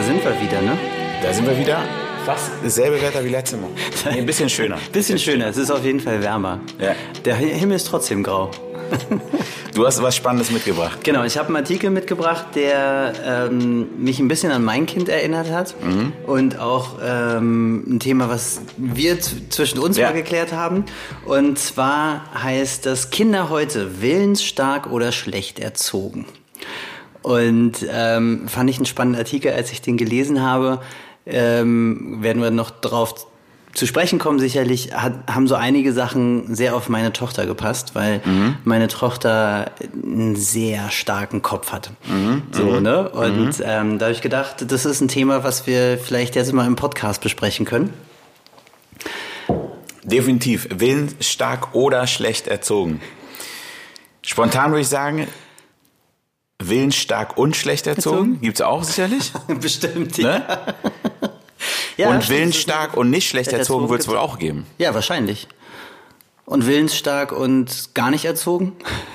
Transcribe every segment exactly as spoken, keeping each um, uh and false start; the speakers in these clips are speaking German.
sind wir wieder, ne? Da sind wir wieder. Fast dasselbe Wetter wie letztes Mal. Nee, ein bisschen schöner. Bisschen schöner, es ist auf jeden Fall wärmer. Ja. Der Himmel ist trotzdem grau. Du hast was Spannendes mitgebracht. Genau, ich habe einen Artikel mitgebracht, der ähm, mich ein bisschen an mein Kind erinnert hat. Mhm. Und auch ähm, ein Thema, was wir z- zwischen uns ja. mal geklärt haben. Und zwar heißt das: Kinder heute willensstark oder schlecht erzogen? Und ähm, fand ich einen spannenden Artikel, als ich den gelesen habe. Ähm, werden wir noch drauf zu sprechen kommen. Sicherlich hat, haben so einige Sachen sehr auf meine Tochter gepasst, weil mhm. meine Tochter einen sehr starken Kopf hat. Mhm. So, ne? Und mhm. ähm, da habe ich gedacht, das ist ein Thema, was wir vielleicht jetzt mal im Podcast besprechen können. Definitiv. Willensstark oder schlecht erzogen. Spontan würde ich sagen, willensstark und schlecht erzogen. erzogen? Gibt's auch sicherlich. Bestimmt, ja. Ne? Ja, und willensstark und nicht schlecht erzogen wird es wohl auch geben. Ja, wahrscheinlich. Und willensstark und gar nicht erzogen?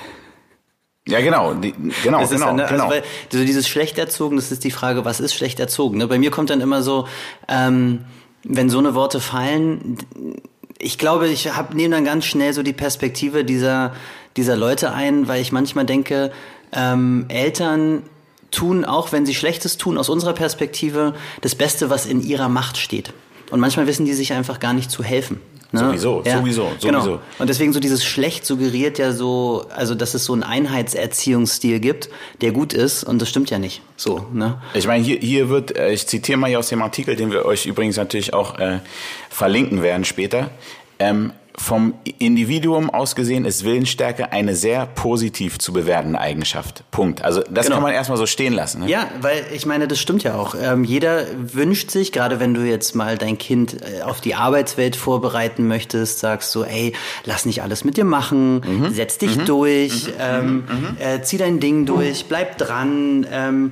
Ja, genau, die, genau, das genau, ist, ne, genau. Also, weil, so dieses schlecht erzogen, das ist die Frage, was ist schlecht erzogen? Ne? Bei mir kommt dann immer so, ähm, wenn so eine Worte fallen, ich glaube, ich hab, nehme dann ganz schnell so die Perspektive dieser, dieser Leute ein, weil ich manchmal denke, ähm, Eltern tun, auch wenn sie Schlechtes tun, aus unserer Perspektive das Beste, was in ihrer Macht steht. Und manchmal wissen die sich einfach gar nicht zu helfen. Ne? Sowieso, ja? sowieso, sowieso. Genau. Und deswegen so dieses Schlecht suggeriert ja so, also dass es so einen Einheitserziehungsstil gibt, der gut ist, und das stimmt ja nicht. So, ne? Ich meine, hier, hier wird, ich zitiere mal hier aus dem Artikel, den wir euch übrigens natürlich auch äh, verlinken werden später. Ähm, Vom Individuum aus gesehen ist Willensstärke eine sehr positiv zu bewertende Eigenschaft. Punkt. Also das genau. kann man erstmal so stehen lassen. Ne? Ja, weil ich meine, das stimmt ja auch. Ähm, jeder wünscht sich, gerade wenn du jetzt mal dein Kind äh, auf die Arbeitswelt vorbereiten möchtest, sagst du, ey, lass nicht alles mit dir machen, mhm. setz dich mhm. durch, mhm. Ähm, mhm. Äh, zieh dein Ding durch, bleib dran, ähm,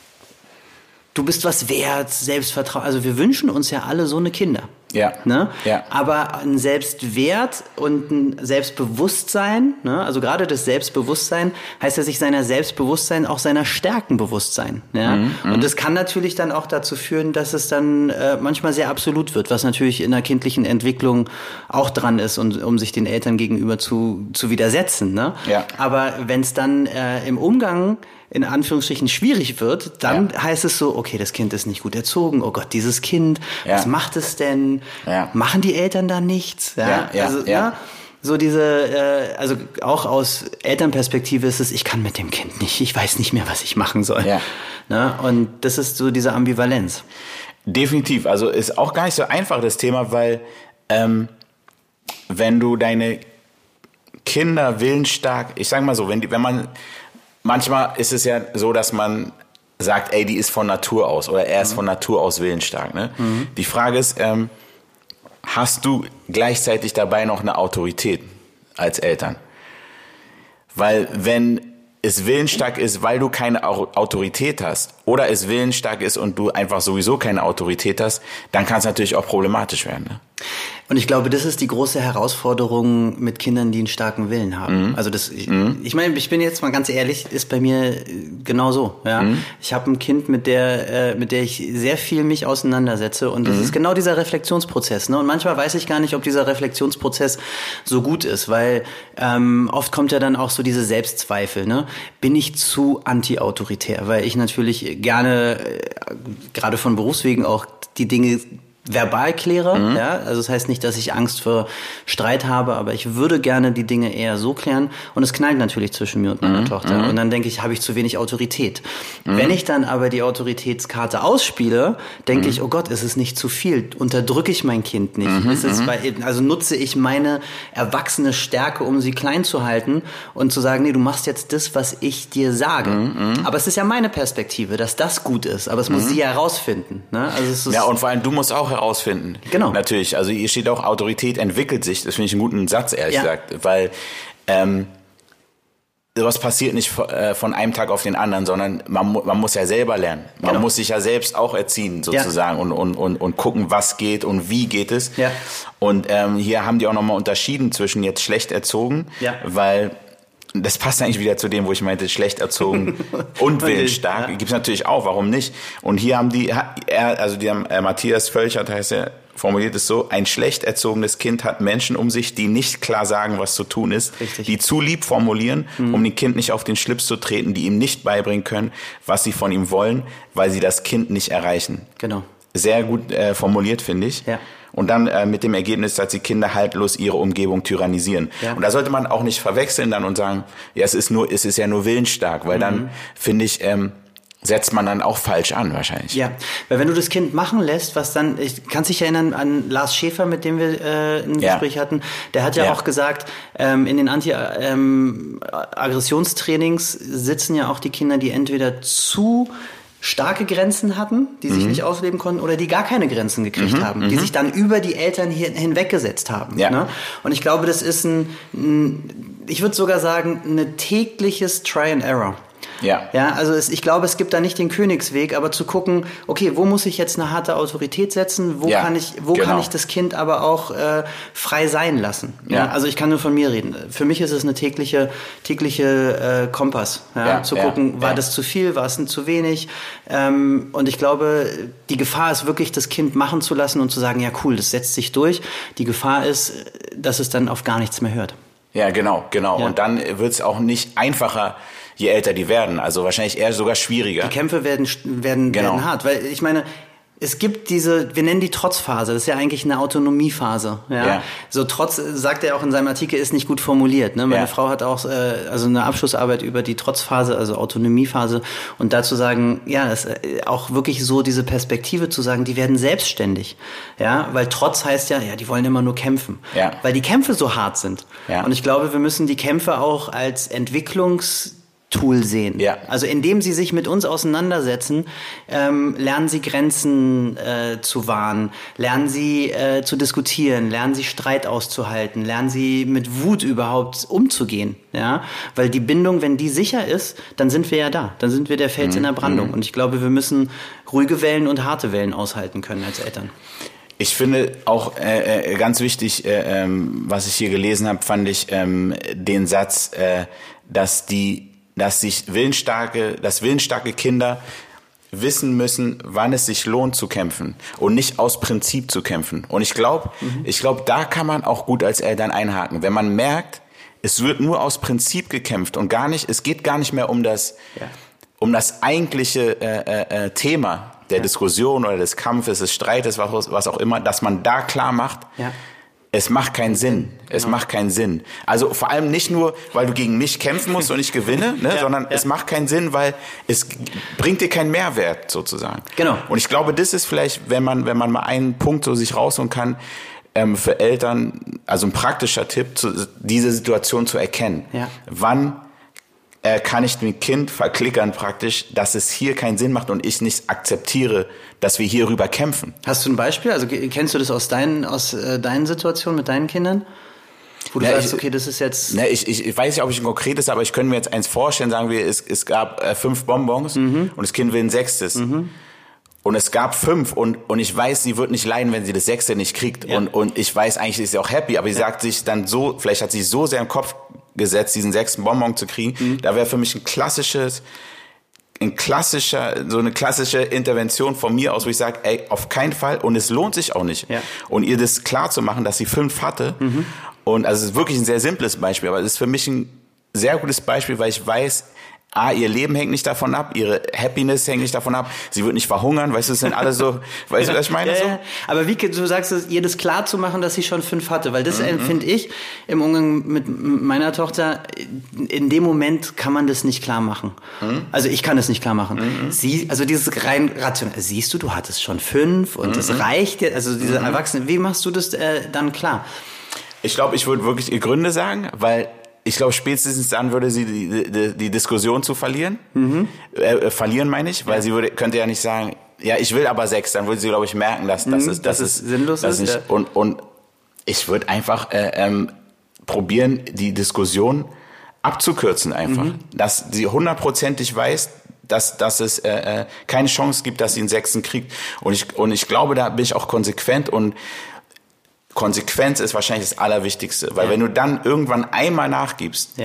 du bist was wert, Selbstvertrauen. Also wir wünschen uns ja alle so eine Kinder. Ja. Ne? Ja. Aber ein Selbstwert und ein Selbstbewusstsein, ne? Also gerade das Selbstbewusstsein heißt ja sich seiner Selbstbewusstsein auch seiner Stärken bewusst sein. Ja? Mhm. Und das kann natürlich dann auch dazu führen, dass es dann äh, manchmal sehr absolut wird, was natürlich in der kindlichen Entwicklung auch dran ist, und um sich den Eltern gegenüber zu, zu widersetzen. Ne? Ja. Aber wenn es dann äh, im Umgang in Anführungsstrichen schwierig wird, dann ja. heißt es so, okay, das Kind ist nicht gut erzogen, oh Gott, dieses Kind, ja. was macht es denn? Ja. Machen die Eltern da nichts? Ja, ja, ja, also, ja. ja, so diese, äh, also auch aus Elternperspektive ist es, ich kann mit dem Kind nicht, ich weiß nicht mehr, was ich machen soll. Ja. Ne? Und das ist so diese Ambivalenz. Definitiv, also ist auch gar nicht so einfach das Thema, weil ähm, wenn du deine Kinder willensstark, ich sag mal so, wenn die, wenn man manchmal ist es ja so, dass man sagt, ey, die ist von Natur aus oder er ist mhm. von Natur aus willensstark. Ne? Mhm. Die Frage ist, ähm, hast du gleichzeitig dabei noch eine Autorität als Eltern? Weil wenn es willensstark ist, weil du keine Autorität hast, oder es willensstark ist und du einfach sowieso keine Autorität hast, dann kann es natürlich auch problematisch werden. Ne? Und ich glaube, das ist die große Herausforderung mit Kindern, die einen starken Willen haben. Mhm. Also das, ich, mhm. ich meine, ich bin jetzt mal ganz ehrlich, ist bei mir genau so. Ja? Mhm. Ich habe ein Kind, mit der, äh, mit der ich sehr viel mich auseinandersetze, und das mhm. ist genau dieser Reflexionsprozess. Ne? Und manchmal weiß ich gar nicht, ob dieser Reflexionsprozess so gut ist, weil ähm, oft kommt ja dann auch so diese Selbstzweifel. Ne? Bin ich zu anti-autoritär? Weil ich natürlich gerne, äh, gerade von Berufswegen auch die Dinge verbal kläre, mhm. ja, also das heißt nicht, dass ich Angst vor Streit habe, aber ich würde gerne die Dinge eher so klären, und es knallt natürlich zwischen mir und meiner mhm. Tochter, mhm. und dann denke ich, habe ich zu wenig Autorität. Mhm. Wenn ich dann aber die Autoritätskarte ausspiele, denke mhm. ich, oh Gott, ist es nicht zu viel? Unterdrücke ich mein Kind nicht? Mhm. Ist es bei, also nutze ich meine erwachsene Stärke, um sie klein zu halten und zu sagen, nee, du machst jetzt das, was ich dir sage. Mhm. Aber es ist ja meine Perspektive, dass das gut ist, aber es muss mhm. sie herausfinden. Ne? Also es ist ja, und vor allem, du musst auch herausfinden. Genau. Natürlich. Also hier steht auch, Autorität entwickelt sich. Das finde ich einen guten Satz, ehrlich ja. gesagt. Weil ähm, sowas passiert nicht äh, von einem Tag auf den anderen, sondern man, man muss ja selber lernen. Man genau. muss sich ja selbst auch erziehen, sozusagen, ja. und, und, und, und gucken, was geht und wie geht es. Ja. Und ähm, hier haben die auch nochmal unterschieden zwischen jetzt schlecht erzogen, ja. weil das passt eigentlich wieder zu dem, wo ich meinte, schlecht erzogen und willensstark. Ja. Gibt es natürlich auch, warum nicht? Und hier haben die, er, also die haben, äh, Matthias Völchert heißt er, formuliert es so: Ein schlecht erzogenes Kind hat Menschen um sich, die nicht klar sagen, was zu tun ist, Richtig. die zu lieb formulieren, mhm. um dem Kind nicht auf den Schlips zu treten, die ihm nicht beibringen können, was sie von ihm wollen, weil sie das Kind nicht erreichen. Genau. Sehr gut äh, formuliert, finde ich. Ja. Und dann äh, mit dem Ergebnis, dass die Kinder haltlos ihre Umgebung tyrannisieren. Ja. Und da sollte man auch nicht verwechseln dann und sagen, ja, es ist nur, es ist ja nur willensstark, weil mhm. dann, finde ich, ähm, setzt man dann auch falsch an wahrscheinlich. Ja, weil wenn du das Kind machen lässt, was dann, ich kann dich erinnern an Lars Schäfer, mit dem wir äh, ein ja. Gespräch hatten, der hat ja, ja. auch gesagt, ähm, in den Anti-Aggressionstrainings sitzen ja auch die Kinder, die entweder zu starke Grenzen hatten, die sich mhm. nicht ausleben konnten, oder die gar keine Grenzen gekriegt mhm. haben, die mhm. sich dann über die Eltern hier hinweggesetzt haben. Ja. Ne? Und ich glaube, das ist ein, ein ich würde sogar sagen, ein tägliches Try and Error. Ja. Ja, also es, ich glaube, es gibt da nicht den Königsweg, aber zu gucken, okay, wo muss ich jetzt eine harte Autorität setzen, wo ja, kann ich, wo genau. kann ich das Kind aber auch äh, frei sein lassen. Ja. Ja, also ich kann nur von mir reden. Für mich ist es eine tägliche, tägliche äh, Kompass, ja, ja, zu gucken, ja, war ja. das zu viel, war es zu wenig. Ähm, und ich glaube, die Gefahr ist wirklich, das Kind machen zu lassen und zu sagen, ja cool, das setzt sich durch. Die Gefahr ist, dass es dann auf gar nichts mehr hört. Ja, genau, genau. Ja. Und dann wird es auch nicht einfacher, je älter die werden. Also wahrscheinlich eher sogar schwieriger. Die Kämpfe werden, werden, genau. werden hart. Weil ich meine, es gibt diese, wir nennen die Trotzphase, das ist ja eigentlich eine Autonomiephase. Ja? Ja. So Trotz, sagt er auch in seinem Artikel, ist nicht gut formuliert. Ne? Meine ja. Frau hat auch äh, also eine Abschlussarbeit über die Trotzphase, also Autonomiephase. Und dazu sagen, ja, das, äh, auch wirklich so diese Perspektive zu sagen, die werden selbstständig. Ja? Weil Trotz heißt ja, ja, die wollen immer nur kämpfen. Ja. Weil die Kämpfe so hart sind. Ja. Und ich glaube, wir müssen die Kämpfe auch als Entwicklungs Tool sehen. Ja. Also indem sie sich mit uns auseinandersetzen, ähm, lernen sie Grenzen äh, zu wahren, lernen sie äh, zu diskutieren, lernen sie Streit auszuhalten, lernen sie mit Wut überhaupt umzugehen. Ja? Weil die Bindung, wenn die sicher ist, dann sind wir ja da. Dann sind wir der Fels mhm. in der Brandung. Mhm. Und ich glaube, wir müssen ruhige Wellen und harte Wellen aushalten können als Eltern. Ich finde auch äh, ganz wichtig, äh, ähm, was ich hier gelesen habe, fand ich ähm, den Satz, äh, dass die dass sich willensstarke, dass willensstarke Kinder wissen müssen, wann es sich lohnt zu kämpfen und nicht aus Prinzip zu kämpfen. Und ich glaube, mhm. ich glaube, da kann man auch gut als Eltern einhaken, wenn man merkt, es wird nur aus Prinzip gekämpft und gar nicht, es geht gar nicht mehr um das, ja. um das eigentliche äh, äh, Thema der ja. Diskussion oder des Kampfes, des Streites, was, was auch immer, dass man da klar macht. Ja. Es macht keinen Sinn. Es genau. macht keinen Sinn. Also vor allem nicht nur, weil du gegen mich kämpfen musst und ich gewinne, ne, ja, sondern ja. es macht keinen Sinn, weil es bringt dir keinen Mehrwert sozusagen. Genau. Und ich glaube, das ist vielleicht, wenn man, wenn man mal einen Punkt so sich rausholen kann, ähm, für Eltern, also ein praktischer Tipp, zu, diese Situation zu erkennen. Ja. Wann äh, kann ich dem Kind verklickern praktisch, dass es hier keinen Sinn macht und ich nicht akzeptiere, dass wir hierüber kämpfen. Hast du ein Beispiel? Also kennst du das aus deinen, aus äh, deinen Situationen mit deinen Kindern? Wo du ja, sagst, ich, okay, das ist jetzt... Ne, ich, ich, ich weiß nicht, ob ich ein konkretes, aber ich könnte mir jetzt eins vorstellen, sagen wir, es, es gab äh, fünf Bonbons mhm. und das Kind will ein sechstes. Mhm. Und es gab fünf und, und ich weiß, sie wird nicht leiden, wenn sie das sechste nicht kriegt. Ja. Und, und ich weiß, eigentlich ist sie auch happy, aber sie ja. sagt sich dann so, vielleicht hat sie so sehr im Kopf gesetzt, diesen sechsten Bonbon zu kriegen. Mhm. Da wäre für mich ein klassisches... ein klassischer, so eine klassische Intervention von mir aus, wo ich sage, ey, auf keinen Fall und es lohnt sich auch nicht. Ja. Und ihr das klar zu machen, dass sie fünf hatte mhm. und also es ist wirklich ein sehr simples Beispiel, aber es ist für mich ein sehr gutes Beispiel, weil ich weiß, A, ihr Leben hängt nicht davon ab, ihre Happiness hängt nicht davon ab, sie wird nicht verhungern, weißt du, es sind alle so, weißt du, was ich meine? Ja, so? Ja. Aber wie du sagst, es, ihr das klar zu machen, dass sie schon fünf hatte, weil das mhm. finde ich im Umgang mit meiner Tochter, in dem Moment kann man das nicht klar machen. Mhm. Also ich kann das nicht klar machen. Mhm. Sie, also dieses rein rational, siehst du, du hattest schon fünf und mhm. das reicht jetzt, also diese mhm. Erwachsene, wie machst du das äh, dann klar? Ich glaube, ich würde wirklich ihr Gründe sagen, weil ich glaube, spätestens dann würde sie die, die, die Diskussion zu verlieren. Mhm. Äh, verlieren meine ich, weil ja. sie würde, könnte ja nicht sagen, ja, ich will aber sechs. Dann würde sie, glaube ich, merken, dass, dass, mhm, es, dass, dass es sinnlos dass ist. Nicht, ja. und, und ich würde einfach äh, ähm, probieren, die Diskussion abzukürzen einfach. Mhm. Dass sie hundertprozentig weiß, dass, dass es äh, keine Chance gibt, dass sie einen Sechsten kriegt. Und ich, und ich glaube, da bin ich auch konsequent und Konsequenz ist wahrscheinlich das Allerwichtigste, weil ja. wenn du dann irgendwann einmal nachgibst, ja.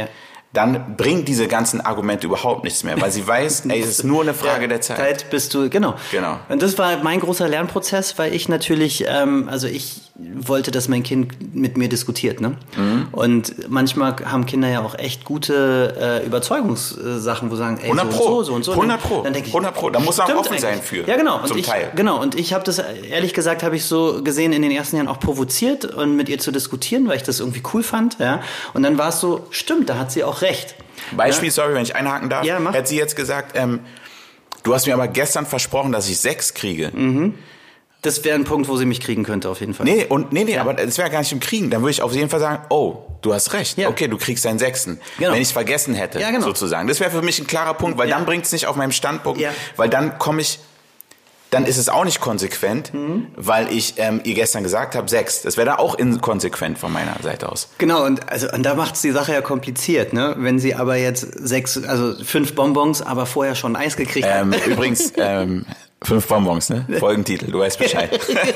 dann bringt diese ganzen Argumente überhaupt nichts mehr, weil sie weiß, ey, es ist nur eine Frage ja, der Zeit. Zeit bist du, genau. genau. Und das war mein großer Lernprozess, weil ich natürlich, ähm, also ich wollte, dass mein Kind mit mir diskutiert, ne? Mhm. Und manchmal haben Kinder ja auch echt gute äh, Überzeugungssachen, wo sie sagen, ey, hundert so Pro. und so, so und so. hundert Pro. Dann denke ich, hundert Pro. Da muss man offen sein für. Ja, genau. Und zum ich, Teil. Genau. Und ich habe das, ehrlich gesagt, habe ich so gesehen in den ersten Jahren auch provoziert und mit ihr zu diskutieren, weil ich das irgendwie cool fand, ja. Und dann war es so, stimmt, da hat sie auch recht. Beispiel, ja? sorry, wenn ich einhaken darf, ja, mach. Hätte sie jetzt gesagt, ähm, du hast mir aber gestern versprochen, dass ich sechs kriege. Mhm. Das wäre ein Punkt, wo sie mich kriegen könnte, auf jeden Fall. Nee, und, nee, nee, ja. aber das wäre gar nicht im Kriegen. Dann würde ich auf jeden Fall sagen, oh, du hast recht. Ja. Okay, du kriegst deinen Sechsten. Genau. Wenn ich es vergessen hätte, ja, genau. sozusagen. Das wäre für mich ein klarer Punkt, weil ja. dann bringt es nicht auf meinem Standpunkt, ja. weil dann komme ich, dann ist es auch nicht konsequent, mhm. weil ich ähm, ihr gestern gesagt habe, sechs. Das wäre dann auch inkonsequent von meiner Seite aus. Genau, und, also, und da macht es die Sache ja kompliziert, ne? Wenn sie aber jetzt sechs, also fünf Bonbons, aber vorher schon Eis gekriegt ähm, hat. Übrigens, ähm, fünf Bonbons, ne? Folgentitel, du weißt Bescheid.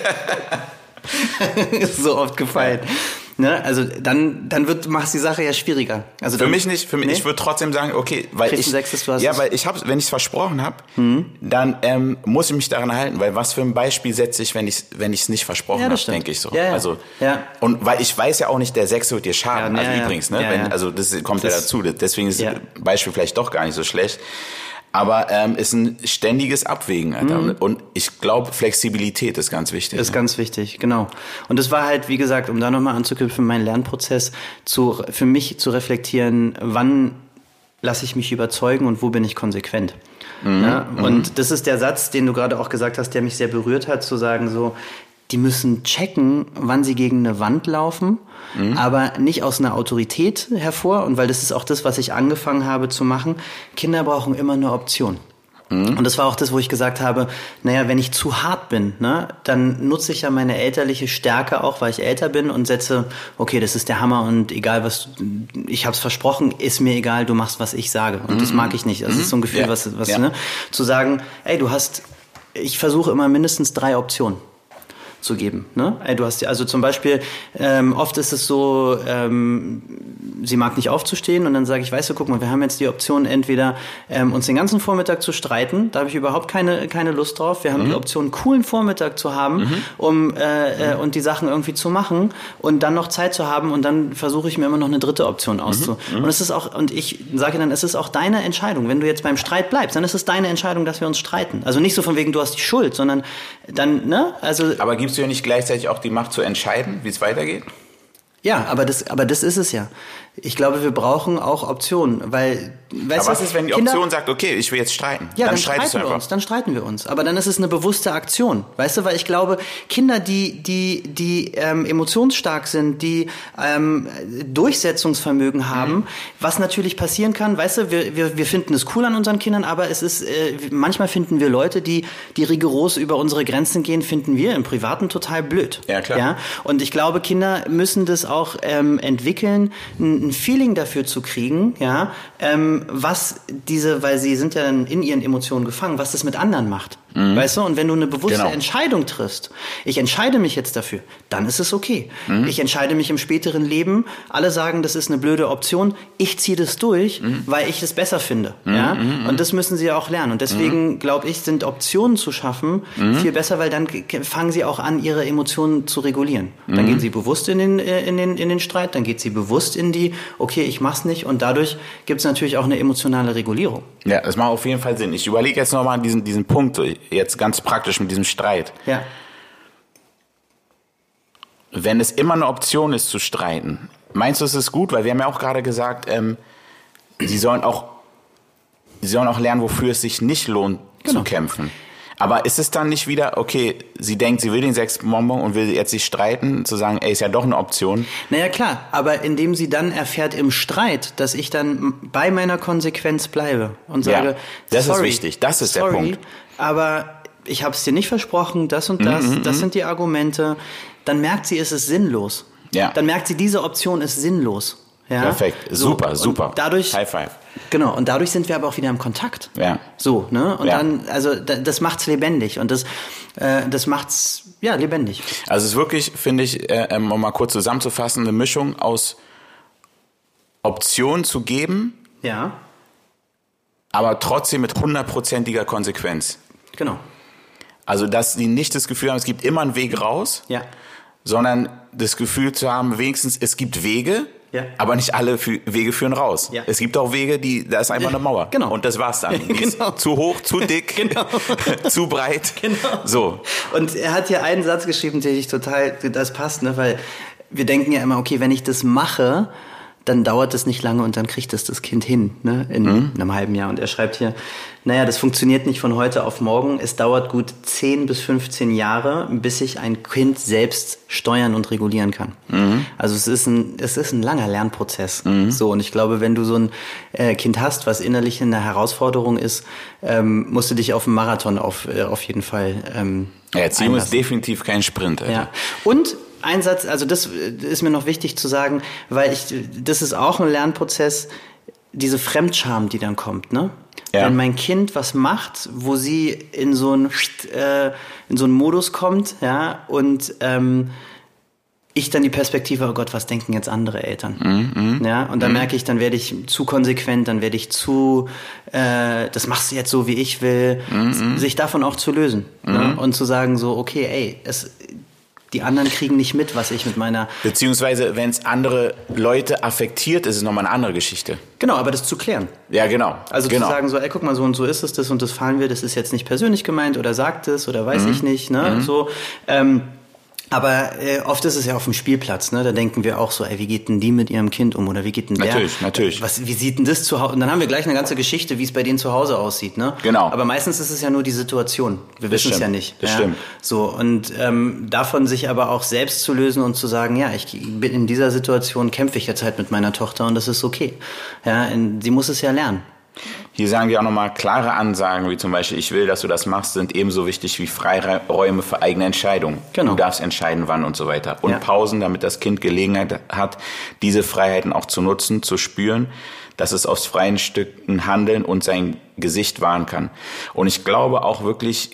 Ist so oft gefallen. Ja. Ne? Also dann, dann wird, macht die Sache ja schwieriger. Also für dann, mich nicht, für mich, nee? Ich würde trotzdem sagen, okay, weil Kriegst ich, Sechstes, du hast ja, es. weil ich habe, wenn ich es versprochen habe, mhm. dann ähm, muss ich mich daran halten, weil was für ein Beispiel setze ich, wenn ich wenn ich es nicht versprochen ja, habe, denke ich so. Ja, ja. Also ja. und weil ich weiß ja auch nicht, der Sechste wird dir schaden. Ja, also ja, übrigens, ne, ja, wenn, ja. also das kommt das, ja dazu. Deswegen ist ja. das Beispiel vielleicht doch gar nicht so schlecht. Aber ähm, ist ein ständiges Abwägen, Alter. Mhm. Und ich glaube, Flexibilität ist ganz wichtig. Ist ne? ganz wichtig, genau. Und es war halt, wie gesagt, um da nochmal anzuknüpfen, mein Lernprozess, zu, für mich zu reflektieren, wann lasse ich mich überzeugen und wo bin ich konsequent. Mhm. Ja? Und mhm. das ist der Satz, den du gerade auch gesagt hast, der mich sehr berührt hat, zu sagen so, die müssen checken, wann sie gegen eine Wand laufen, mhm. aber nicht aus einer Autorität hervor. Und weil das ist auch das, was ich angefangen habe zu machen. Kinder brauchen immer eine Option. Mhm. Und das war auch das, wo ich gesagt habe, naja, wenn ich zu hart bin, ne, dann nutze ich ja meine elterliche Stärke auch, weil ich älter bin und setze, okay, das ist der Hammer und egal was, ich hab's versprochen, ist mir egal, du machst, was ich sage. Und mhm. das mag ich nicht. Das mhm. ist so ein Gefühl, ja. was, was, ja. ne, zu sagen, ey, du hast, ich versuche immer mindestens drei Optionen zu geben. Ne? Du hast also zum Beispiel, ähm, oft ist es so, ähm, sie mag nicht aufzustehen und dann sage ich, weißt du, guck mal, wir haben jetzt die Option, entweder ähm, uns den ganzen Vormittag zu streiten, da habe ich überhaupt keine, keine Lust drauf. Wir haben mhm. die Option, einen coolen Vormittag zu haben, mhm. um äh, äh, und die Sachen irgendwie zu machen und dann noch Zeit zu haben und dann versuche ich mir immer noch eine dritte Option auszu. Mhm. Und es ist auch, und ich sage dann, es ist auch deine Entscheidung. Wenn du jetzt beim Streit bleibst, dann ist es deine Entscheidung, dass wir uns streiten. Also nicht so von wegen, du hast die Schuld, sondern dann, ne, also. Aber gibst du ja nicht gleichzeitig auch die Macht zu entscheiden, wie es weitergeht? Ja, aber das, aber das ist es ja. Ich glaube, wir brauchen auch Optionen, weil, weißt aber was ist, wenn die Kinder, Option sagt, okay, ich will jetzt streiten? Ja, dann, dann streiten wir uns, dann streiten wir uns. Aber dann ist es eine bewusste Aktion, weißt du, weil ich glaube, Kinder, die, die, die ähm, emotionsstark sind, die ähm, Durchsetzungsvermögen haben, mhm. was natürlich passieren kann, weißt du, wir, wir, wir finden es cool an unseren Kindern, aber es ist, äh, manchmal finden wir Leute, die, die rigoros über unsere Grenzen gehen, finden wir im Privaten total blöd. Ja, klar. Ja? Und ich glaube, Kinder müssen das auch ähm, entwickeln, ein Feeling dafür zu kriegen, ja, ähm, was diese, weil sie sind ja dann in ihren Emotionen gefangen, was das mit anderen macht. Mhm. Weißt du? Und wenn du eine bewusste genau. Entscheidung triffst, ich entscheide mich jetzt dafür, dann ist es okay. Mhm. Ich entscheide mich im späteren Leben, alle sagen, das ist eine blöde Option, ich ziehe das durch, mhm. weil ich es besser finde. Mhm. Ja? Mhm. Und das müssen sie ja auch lernen. Und deswegen, mhm. glaube ich, sind Optionen zu schaffen mhm. viel besser, weil dann fangen sie auch an, ihre Emotionen zu regulieren. Mhm. Dann gehen sie bewusst in den, in den, in den Streit, dann geht sie bewusst in die, okay, ich mach's nicht. Und dadurch gibt es natürlich auch eine emotionale Regulierung. Ja, das macht auf jeden Fall Sinn. Ich überlege jetzt nochmal diesen, diesen Punkt, jetzt ganz praktisch mit diesem Streit. Ja. Wenn es immer eine Option ist zu streiten, meinst du, es ist gut? Weil wir haben ja auch gerade gesagt, ähm, sie sollen auch, sie sollen auch lernen, wofür es sich nicht lohnt, genau. zu kämpfen. Aber ist es dann nicht wieder, okay, sie denkt, sie will den sechsten Bonbon und will jetzt sich streiten, zu sagen, ey, ist ja doch eine Option? Naja, klar, aber indem sie dann erfährt im Streit, dass ich dann bei meiner Konsequenz bleibe und sage, ja, das sorry, ist wichtig, das ist sorry, der Punkt. Aber ich habe es dir nicht versprochen, das und das, mm-hmm. das sind die Argumente, dann merkt sie, es ist sinnlos. Ja. Dann merkt sie, diese Option ist sinnlos. Ja? Perfekt, super, so, super. Dadurch, High five. Genau, und dadurch sind wir aber auch wieder im Kontakt. Ja. So, ne? Und ja. dann, also das macht's lebendig und das, äh, das macht's, ja, lebendig. Also es ist wirklich, finde ich, äh, um mal kurz zusammenzufassen, eine Mischung aus Optionen zu geben, ja, aber trotzdem mit hundertprozentiger Konsequenz. Genau. Also, dass sie nicht das Gefühl haben, es gibt immer einen Weg raus, ja. sondern das Gefühl zu haben, wenigstens es gibt Wege, ja. aber nicht alle Fü- Wege führen raus. Ja. Es gibt auch Wege, die da ist einfach eine Mauer. Genau. Und das war's dann. Die Genau. ist zu hoch, zu dick, Genau. zu breit. Genau. So. Und er hat hier einen Satz geschrieben, der ich total, das passt, ne, weil wir denken ja immer, okay, wenn ich das mache, dann dauert es nicht lange und dann kriegt es das Kind hin, ne, in mhm. einem halben Jahr. Und er schreibt hier, naja, das funktioniert nicht von heute auf morgen. Es dauert gut zehn bis fünfzehn Jahre, bis ich ein Kind selbst steuern und regulieren kann. Mhm. Also es ist ein, es ist ein langer Lernprozess. Mhm. So, und ich glaube, wenn du so ein äh, Kind hast, was innerlich eine Herausforderung ist, ähm, musst du dich auf einen Marathon auf, äh, auf jeden Fall ähm, ja, Erziehung einlassen. ist definitiv kein Sprint. Alter. Ja. Und ein Satz, also das ist mir noch wichtig zu sagen, weil ich, das ist auch ein Lernprozess, diese Fremdscham, die dann kommt, ne? Ja. Wenn mein Kind was macht, wo sie in so einen, äh, in so einen Modus kommt, ja, und ähm, ich dann die Perspektive, oh Gott, was denken jetzt andere Eltern? Mm, mm, ja, und dann mm. merke ich, dann werde ich zu konsequent, dann werde ich zu, äh, das machst du jetzt so, wie ich will, mm, sich davon auch zu lösen, mm. ne? Und zu sagen so, okay, ey, es die anderen kriegen nicht mit, was ich mit meiner... Beziehungsweise, wenn es andere Leute affektiert, ist es nochmal eine andere Geschichte. Genau, aber das zu klären. Ja, genau. Also genau. zu sagen so, ey, guck mal, so und so ist es, das und das fahren wir, das ist jetzt nicht persönlich gemeint oder sagt es oder weiß mhm. ich nicht, ne, mhm. so. Ähm, aber äh, oft ist es ja auf dem Spielplatz, ne? Da denken wir auch so, ey, wie geht denn die mit ihrem Kind um oder wie geht denn der? Natürlich, natürlich. Was, wie sieht denn das zu Hause? Und dann haben wir gleich eine ganze Geschichte, wie es bei denen zu Hause aussieht, ne? Genau. Aber meistens ist es ja nur die Situation. Wir wissen es ja nicht. Das ja? stimmt. So, und ähm, davon sich aber auch selbst zu lösen und zu sagen, ja, ich bin in dieser Situation, kämpfe ich jetzt halt mit meiner Tochter und das ist okay. Ja, in, sie muss es ja lernen. Hier sagen wir auch nochmal, klare Ansagen, wie zum Beispiel, ich will, dass du das machst, sind ebenso wichtig wie Freiräume für eigene Entscheidungen. Genau. Du darfst entscheiden, wann und so weiter. Und ja. Pausen, damit das Kind Gelegenheit hat, diese Freiheiten auch zu nutzen, zu spüren, dass es aus freien Stücken handeln und sein Gesicht wahren kann. Und ich glaube auch wirklich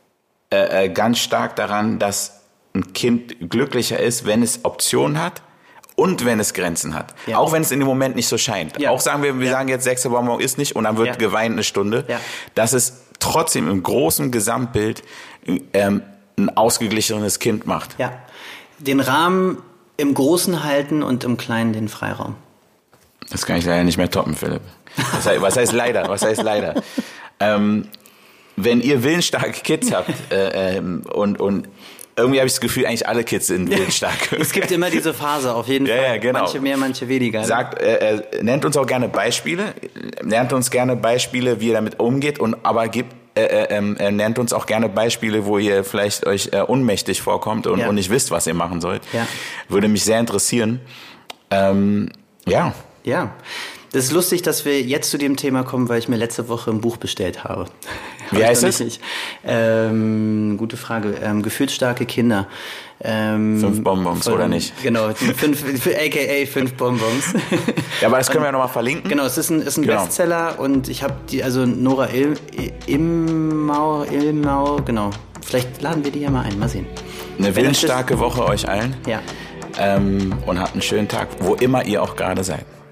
äh, ganz stark daran, dass ein Kind glücklicher ist, wenn es Optionen hat, und wenn es Grenzen hat. Ja. Auch wenn es in dem Moment nicht so scheint. Ja. Auch sagen wir, wir ja. sagen jetzt, sechster Bonbon ist nicht und dann wird ja. geweint eine Stunde. Ja. Dass es trotzdem im großen Gesamtbild ähm, ein ausgeglichenes Kind macht. Ja. Den Rahmen im Großen halten und im Kleinen den Freiraum. Das kann ich leider nicht mehr toppen, Philipp. Was heißt, was heißt leider? Was heißt leider? ähm, wenn ihr willensstarke Kids habt äh, ähm, und, und irgendwie habe ich das Gefühl, eigentlich alle Kids sind willensstark. Es gibt immer diese Phase, auf jeden ja, Fall. Ja, genau. Manche mehr, manche weniger. Sagt, äh, äh, nennt uns auch gerne Beispiele, nennt uns gerne Beispiele, wie ihr damit umgeht, und aber gibt, äh, äh, äh, nennt uns auch gerne Beispiele, wo ihr vielleicht euch äh, unmächtig vorkommt und, ja. und nicht wisst, was ihr machen sollt. Ja. Würde mich sehr interessieren. Ähm, ja. Ja. Das ist lustig, dass wir jetzt zu dem Thema kommen, weil ich mir letzte Woche ein Buch bestellt habe. Wie heißt es? Ähm, gute Frage. Ähm, Gefühlsstarke Kinder. Ähm, fünf Bonbons, von, oder nicht? Genau, fünf, aka fünf Bonbons. Ja, aber das können wir ja nochmal verlinken. Genau, es ist ein, ist ein genau. Bestseller und ich habe die, also Nora Il, Ilmau, Ilmau, genau. Vielleicht laden wir die ja mal ein, mal sehen. Eine willensstarke Woche euch allen. Ja. Ähm, und habt einen schönen Tag, wo immer ihr auch gerade seid.